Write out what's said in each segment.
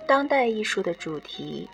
当代艺术的主题，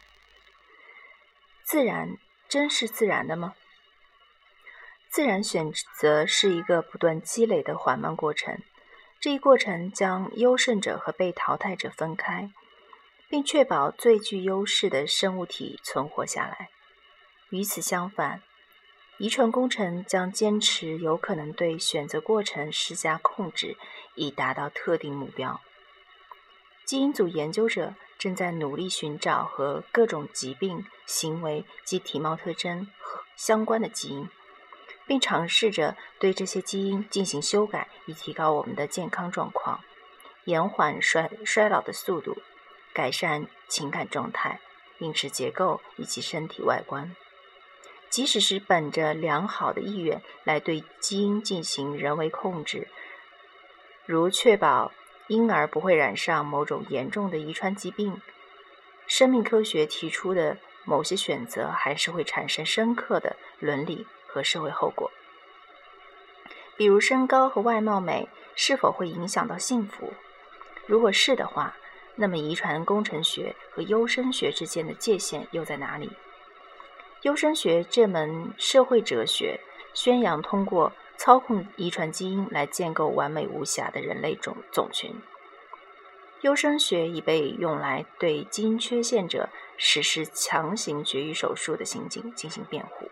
自然真是自然的吗？自然选择是一个不断积累的缓慢过程，这一过程将优胜者和被淘汰者分开，并确保最具优势的生物体存活下来。与此相反，遗传工程将坚持有可能对选择过程施加控制，以达到特定目标。基因组研究者正在努力寻找和各种疾病、行为及体貌特征相关的基因，并尝试着对这些基因进行修改，以提高我们的健康状况，延缓衰老的速度，改善情感状态、饮食结构以及身体外观。即使是本着良好的意愿来对基因进行人为控制，如确保婴儿不会染上某种严重的遗传疾病，生命科学提出的某些选择还是会产生深刻的伦理和社会后果。比如身高和外貌美是否会影响到幸福？如果是的话，那么遗传工程学和优生学之间的界限又在哪里？优生学这门社会哲学宣扬通过操控遗传基因来建构完美无瑕的人类种群。优生学已被用来对基因缺陷者实施强行绝育手术的行径进行辩护。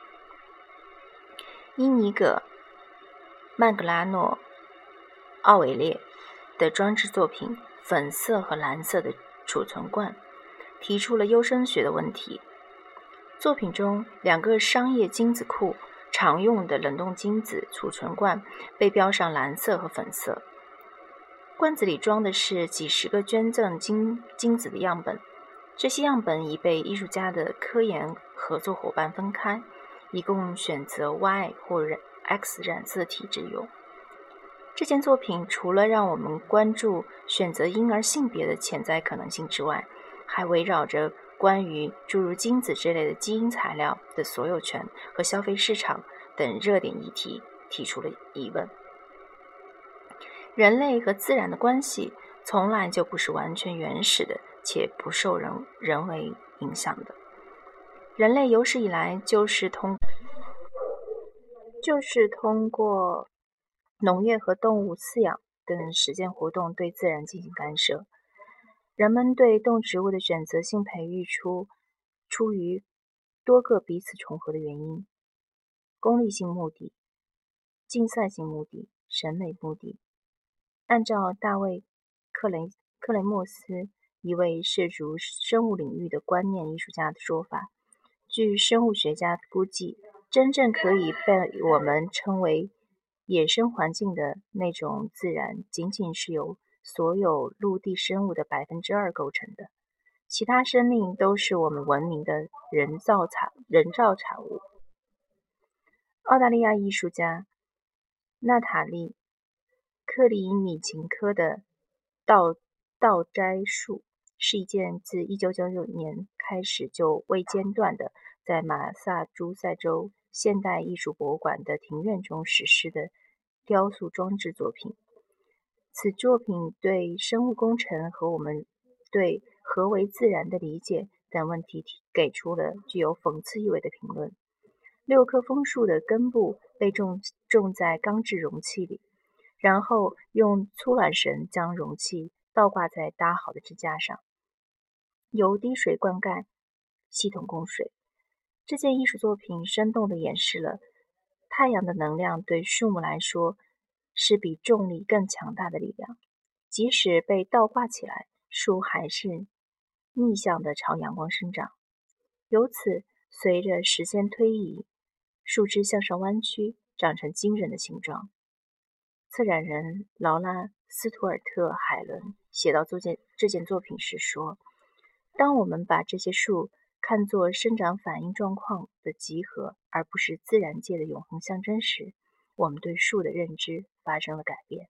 伊尼葛、曼格拉诺、奥韦列的装置作品《粉色和蓝色的储存罐》提出了优生学的问题。作品中2个商业精子库常用的冷冻精子储存罐被标上蓝色和粉色，罐子里装的是几十个捐赠精子的样本，这些样本已被艺术家的科研合作伙伴分开，以供选择 Y 或 X 染色体之用。这件作品除了让我们关注选择婴儿性别的潜在可能性之外，还围绕着关于诸如精子之类的基因材料的所有权和消费市场等热点议题提出了疑问。人类和自然的关系从来就不是完全原始的，且不受人为影响的。人类有史以来就是通过农业和动物饲养等实践活动对自然进行干涉。人们对动植物的选择性培育出于多个彼此重合的原因：功利性目的、竞赛性目的、审美目的。按照大卫·克雷莫斯，一位涉足生物领域的观念艺术家的说法，据生物学家估计，真正可以被我们称为野生环境的那种自然，仅仅是由所有陆地生物的2%构成的，其他生命都是我们文明的人造产物。澳大利亚艺术家娜塔莉·克里米琴科的倒摘树是一件自1999年开始就未间断的在马萨诸塞州现代艺术博物馆的庭院中实施的雕塑装置作品。此作品对生物工程和我们对何为自然的理解等问题给出了具有讽刺意味的评论。6棵枫树的根部被种在钢制容器里，然后用粗缆绳将容器倒挂在搭好的支架上，由滴水灌溉系统供水。这件艺术作品生动地演示了太阳的能量对树木来说是比重力更强大的力量，即使被倒挂起来，树还是逆向的朝阳光生长。由此，随着时间推移，树枝向上弯曲，长成惊人的形状。策展人劳拉·斯图尔特·海伦写到这件作品时说：“当我们把这些树看作生长反应状况的集合，而不是自然界的永恒象征时，我们对树的认知发生了改变。”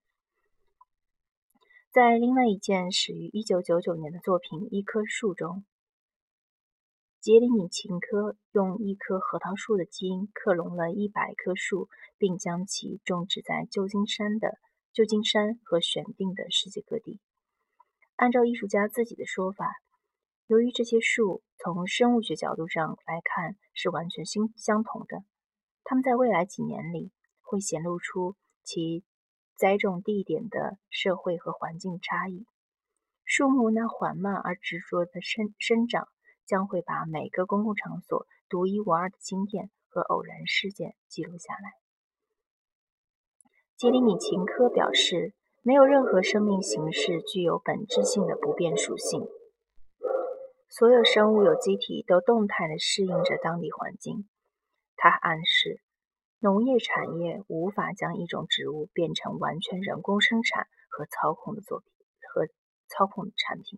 在另外一件始于1999年的作品《一棵树》中，杰里米琴科用一棵核桃树的基因克隆了100棵树，并将其种植在旧金山和选定的世界各地。 按照艺术家自己的说法，由于这些树从生物学角度上来看是完全相同的，它们在未来几年里会显露出其栽种地点的社会和环境差异。树木那缓慢而执着的生长，将会把每个公共场所独一无二的经验和偶然事件记录下来。杰里米琴科表示，没有任何生命形式具有本质性的不变属性。所有生物有机体都动态地适应着当地环境。他暗示，农业产业无法将一种植物变成完全人工生产和操控的产品。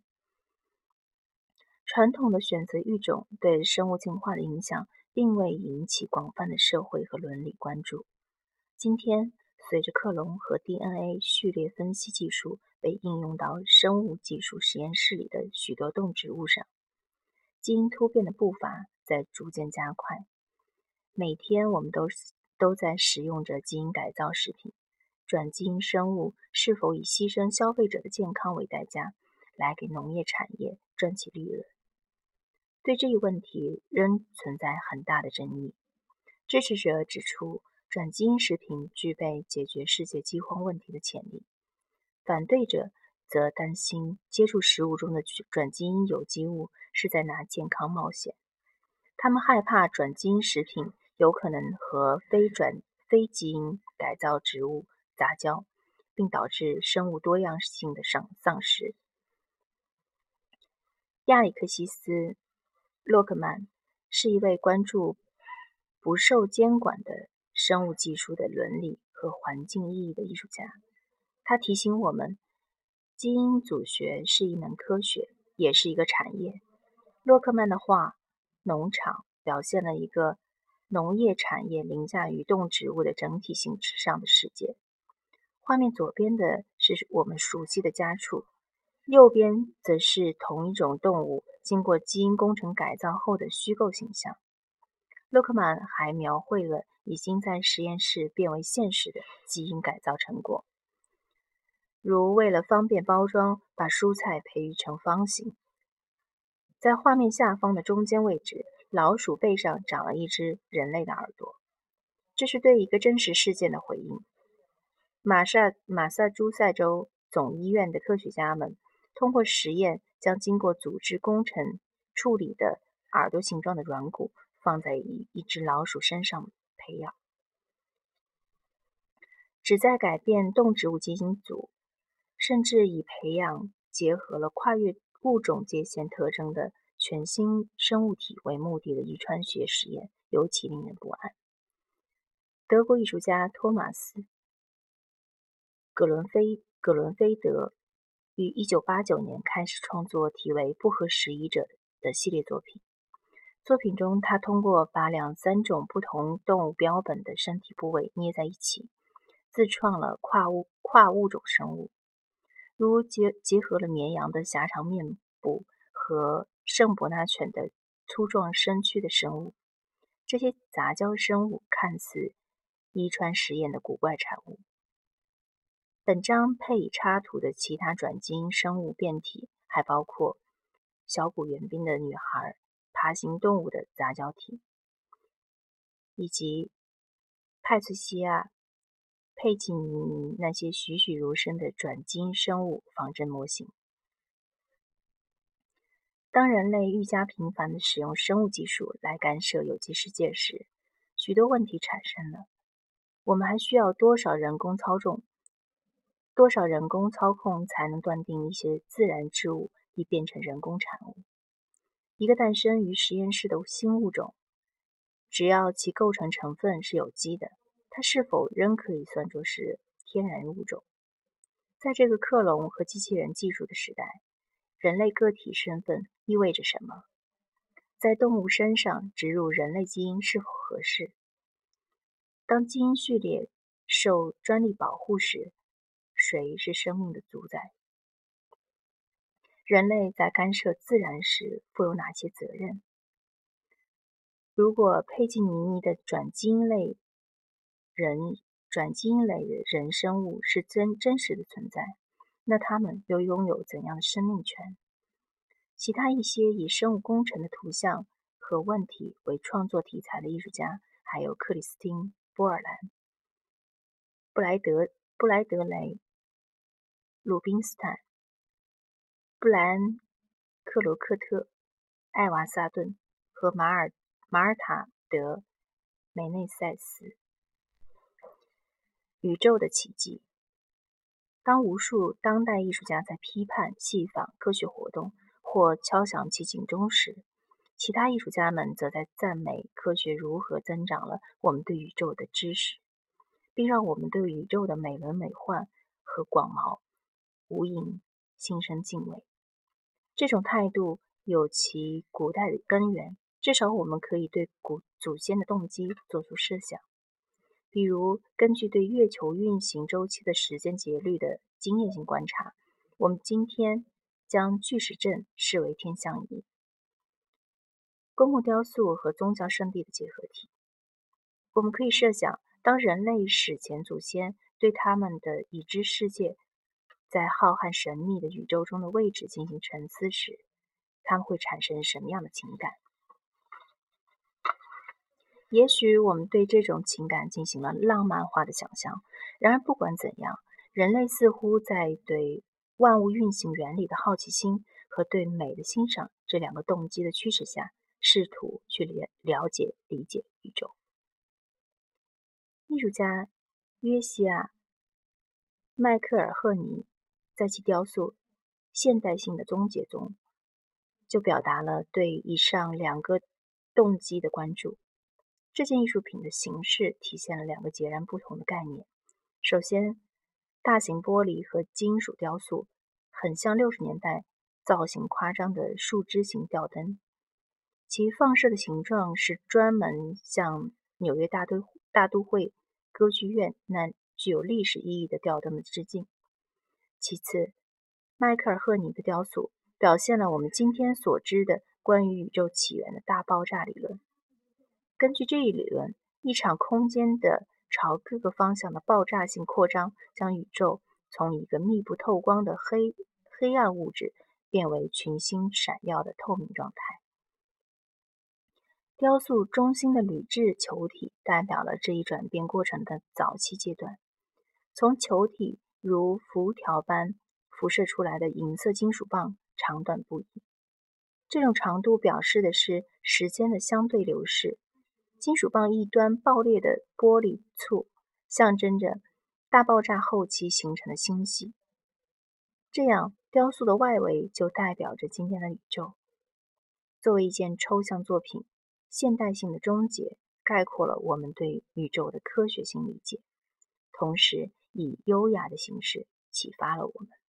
传统的选择育种对生物进化的影响，并未引起广泛的社会和伦理关注。今天，随着克隆和 DNA 序列分析技术被应用到生物技术实验室里的许多动植物上，基因突变的步伐在逐渐加快。每天我们都在食用着基因改造食品，转基因生物是否以牺牲消费者的健康为代价，来给农业产业赚取利润？对这一问题仍存在很大的争议。支持者指出，转基因食品具备解决世界饥荒问题的潜力，反对者则担心接触食物中的转基因有机物是在拿健康冒险。他们害怕转基因食品有可能和非基因改造植物杂交，并导致生物多样性的丧失。亚里克西斯·洛克曼是一位关注不受监管的生物技术的伦理和环境意义的艺术家。他提醒我们，基因组学是一门科学，也是一个产业。洛克曼的画农场表现了一个农业产业凌驾于动植物的整体性之上的世界。画面左边的是我们熟悉的家畜，右边则是同一种动物经过基因工程改造后的虚构形象。洛克曼还描绘了已经在实验室变为现实的基因改造成果，如为了方便包装，把蔬菜培育成方形。在画面下方的中间位置，老鼠背上长了一只人类的耳朵，这是对一个真实事件的回应。马萨诸塞州总医院的科学家们通过实验，将经过组织工程处理的耳朵形状的软骨放在一只老鼠身上培养，旨在改变动植物基因组，甚至以培养结合了跨越物种界限特征的全新生物体为目的的遗传学实验，尤其令人不安。德国艺术家托马斯·葛伦菲德于1989年开始创作题为《不合时宜者》的系列作品。作品中，他通过把2-3种不同动物标本的身体部位捏在一起，自创了跨物种生物，如结合了绵羊的狭长面部和圣伯纳犬的粗壮身躯的生物。这些杂交生物看似遗传实验的古怪产物。本章配以插图的其他转基因生物变体还包括小骨援兵的女孩、爬行动物的杂交体，以及派翠西亚、佩吉尼尼那些栩栩如生的转基因生物仿真模型。当人类愈加频繁地使用生物技术来干涉有机世界时，许多问题产生了。我们还需要多少人工操控才能断定一些自然之物已变成人工产物？一个诞生于实验室的新物种，只要其构成成分是有机的，它是否仍可以算作是天然物种？在这个克隆和机器人技术的时代，人类个体身份意味着什么？在动物身上植入人类基因是否合适？当基因序列受专利保护时，谁是生命的主宰？人类在干涉自然时负有哪些责任？如果佩吉尼尼的转基因类的人生物是真实的存在， 那他们又拥有怎样的生命权？其他一些以生物工程的图像和问题为创作题材的艺术家，还有克里斯汀·波尔兰、布莱德雷、鲁宾斯坦、布莱恩·克罗克特、艾娃·萨顿和马尔塔·德·梅内塞斯。宇宙的奇迹。当无数当代艺术家在批判、戏仿科学活动或敲响其警钟时，其他艺术家们则在赞美科学如何增长了我们对宇宙的知识，并让我们对宇宙的美轮美奂和广袤无垠心生敬畏。这种态度有其古代的根源，至少我们可以对祖先的动机做出设想。比如，根据对月球运行周期的时间节律的经验性观察，我们今天将巨石阵视为天象仪。公墓雕塑和宗教圣地的结合体。我们可以设想，当人类史前祖先对他们的已知世界在浩瀚神秘的宇宙中的位置进行沉思时，他们会产生什么样的情感？也许我们对这种情感进行了浪漫化的想象，然而不管怎样，人类似乎在对万物运行原理的好奇心和对美的欣赏这两个动机的驱使下，试图去了解、理解宇宙。艺术家约西亚·迈克尔赫尼在其雕塑《现代性的终结》中，就表达了对以上两个动机的关注。这件艺术品的形式体现了两个截然不同的概念。首先，大型玻璃和金属雕塑很像60年代造型夸张的树枝型吊灯，其放射的形状是专门向纽约大都会歌剧院那具有历史意义的吊灯的致敬。其次，迈克尔赫尼的雕塑表现了我们今天所知的关于宇宙起源的大爆炸理论。根据这一理论，一场空间的朝各个方向的爆炸性扩张，将宇宙从一个密不透光的黑暗物质变为群星闪耀的透明状态。雕塑中心的铝制球体代表了这一转变过程的早期阶段。从球体如辐条般辐射出来的银色金属棒长短不一，这种长度表示的是时间的相对流逝。金属棒一端爆裂的玻璃簇象征着大爆炸后期形成的星系，这样雕塑的外围就代表着今天的宇宙。作为一件抽象作品，现代性的终结概括了我们对宇宙的科学性理解，同时以优雅的形式启发了我们。